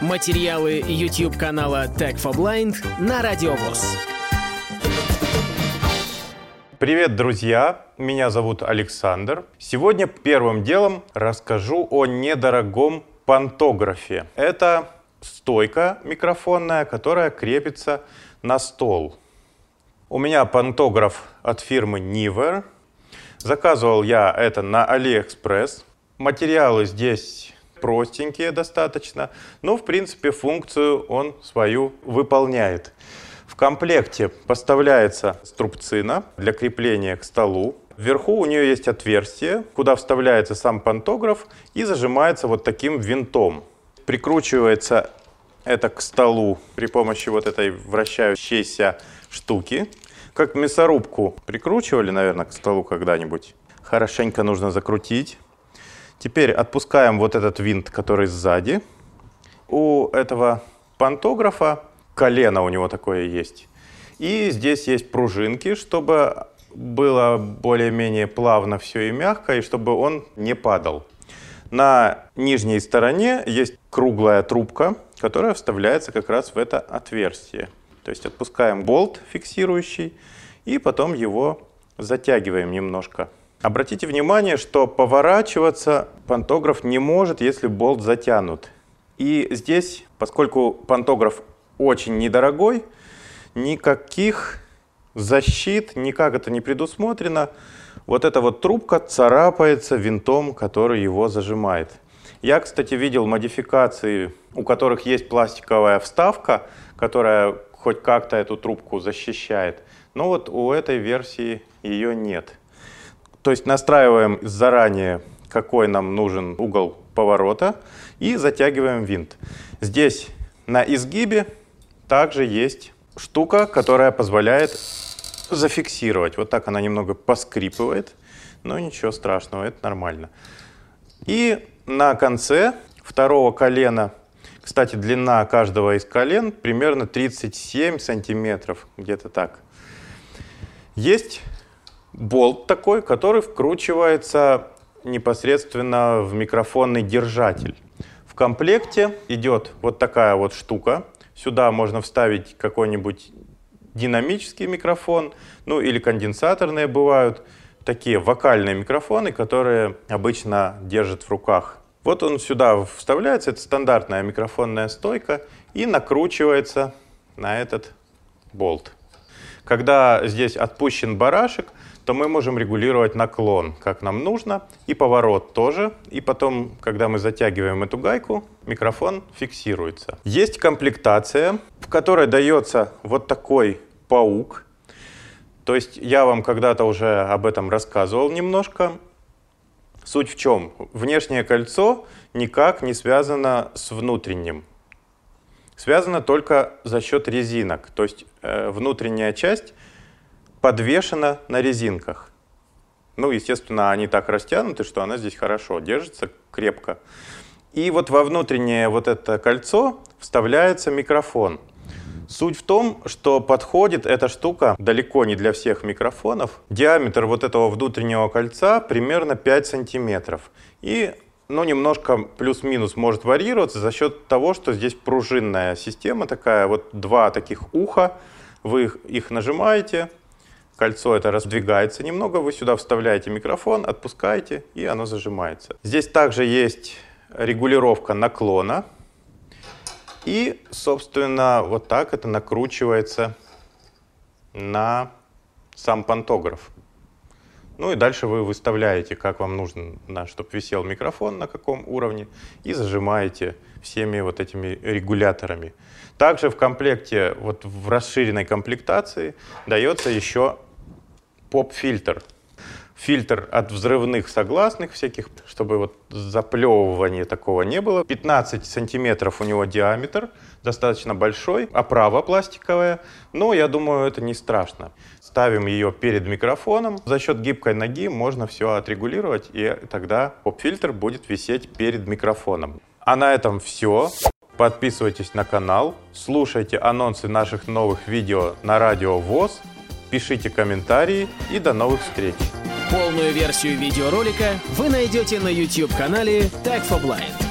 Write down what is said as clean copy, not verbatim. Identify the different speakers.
Speaker 1: Материалы YouTube-канала Tech for Blind на Радио ВОС.
Speaker 2: Привет, друзья! Меня зовут Александр. Сегодня первым делом расскажу о недорогом пантографе. Это стойка микрофонная, которая крепится на стол. У меня пантограф от фирмы Neewer. Заказывал я это на AliExpress. Материалы здесь простенькие достаточно, но в принципе функцию он свою выполняет. В комплекте поставляется струбцина для крепления к столу. Вверху у нее есть отверстие, куда вставляется сам пантограф и зажимается вот таким винтом. Прикручивается это к столу при помощи вот этой вращающейся штуки. Как мясорубку прикручивали, наверное, к столу когда-нибудь. Хорошенько нужно закрутить. Теперь отпускаем вот этот винт, который сзади. У этого пантографа колено у него такое есть. И здесь есть пружинки, чтобы было более-менее плавно все и мягко, и чтобы он не падал. На нижней стороне есть круглая трубка, которая вставляется как раз в это отверстие. То есть отпускаем болт фиксирующий и потом его затягиваем немножко. Обратите внимание, что поворачиваться пантограф не может, если болт затянут. И здесь, поскольку пантограф очень недорогой, никаких защит, никак это не предусмотрено. Вот эта вот трубка царапается винтом, который его зажимает. Я, кстати, видел модификации, у которых есть пластиковая вставка, которая хоть как-то эту трубку защищает. Но вот у этой версии ее нет. То есть настраиваем заранее, какой нам нужен угол поворота, и затягиваем винт. Здесь на изгибе также есть штука, которая позволяет зафиксировать. Вот так она немного поскрипывает, но ничего страшного, это нормально. И на конце второго колена, кстати, длина каждого из колен примерно 37 сантиметров, где-то так. Есть болт такой, который вкручивается непосредственно в микрофонный держатель. В комплекте идет вот такая вот штука. Сюда можно вставить какой-нибудь динамический микрофон, ну или конденсаторные бывают. Такие вокальные микрофоны, которые обычно держат в руках. Вот он сюда вставляется, это стандартная микрофонная стойка, и накручивается на этот болт. Когда здесь отпущен барашек, то мы можем регулировать наклон, как нам нужно, и поворот тоже. И потом, когда мы затягиваем эту гайку, микрофон фиксируется. Есть комплектация, в которой дается вот такой паук. То есть я вам когда-то уже об этом рассказывал немножко. Суть в чем? Внешнее кольцо никак не связано с внутренним. Связано только за счет резинок. То есть внутренняя часть подвешена на резинках. Ну, естественно, они так растянуты, что она здесь хорошо держится, крепко. И вот во внутреннее вот это кольцо вставляется микрофон. Суть в том, что подходит эта штука далеко не для всех микрофонов. Диаметр вот этого внутреннего кольца примерно 5 сантиметров. И немножко плюс-минус может варьироваться за счет того, что здесь пружинная система такая, вот два таких уха, вы их нажимаете, кольцо это раздвигается немного, вы сюда вставляете микрофон, отпускаете, и оно зажимается. Здесь также есть регулировка наклона. И, собственно, вот так это накручивается на сам пантограф. Ну и дальше вы выставляете, как вам нужно, чтобы висел микрофон, на каком уровне, и зажимаете всеми вот этими регуляторами. Также в комплекте, вот в расширенной комплектации, дается еще поп-фильтр. Фильтр от взрывных согласных всяких, чтобы вот заплевывания такого не было. 15 сантиметров у него диаметр, достаточно большой, оправа пластиковая, но я думаю, это не страшно. Ставим ее перед микрофоном. За счет гибкой ноги можно все отрегулировать, и тогда поп-фильтр будет висеть перед микрофоном. А на этом все. Подписывайтесь на канал, слушайте анонсы наших новых видео на Радио ВОС, пишите комментарии и до новых встреч!
Speaker 1: Полную версию видеоролика вы найдете на YouTube-канале Tech for Blind.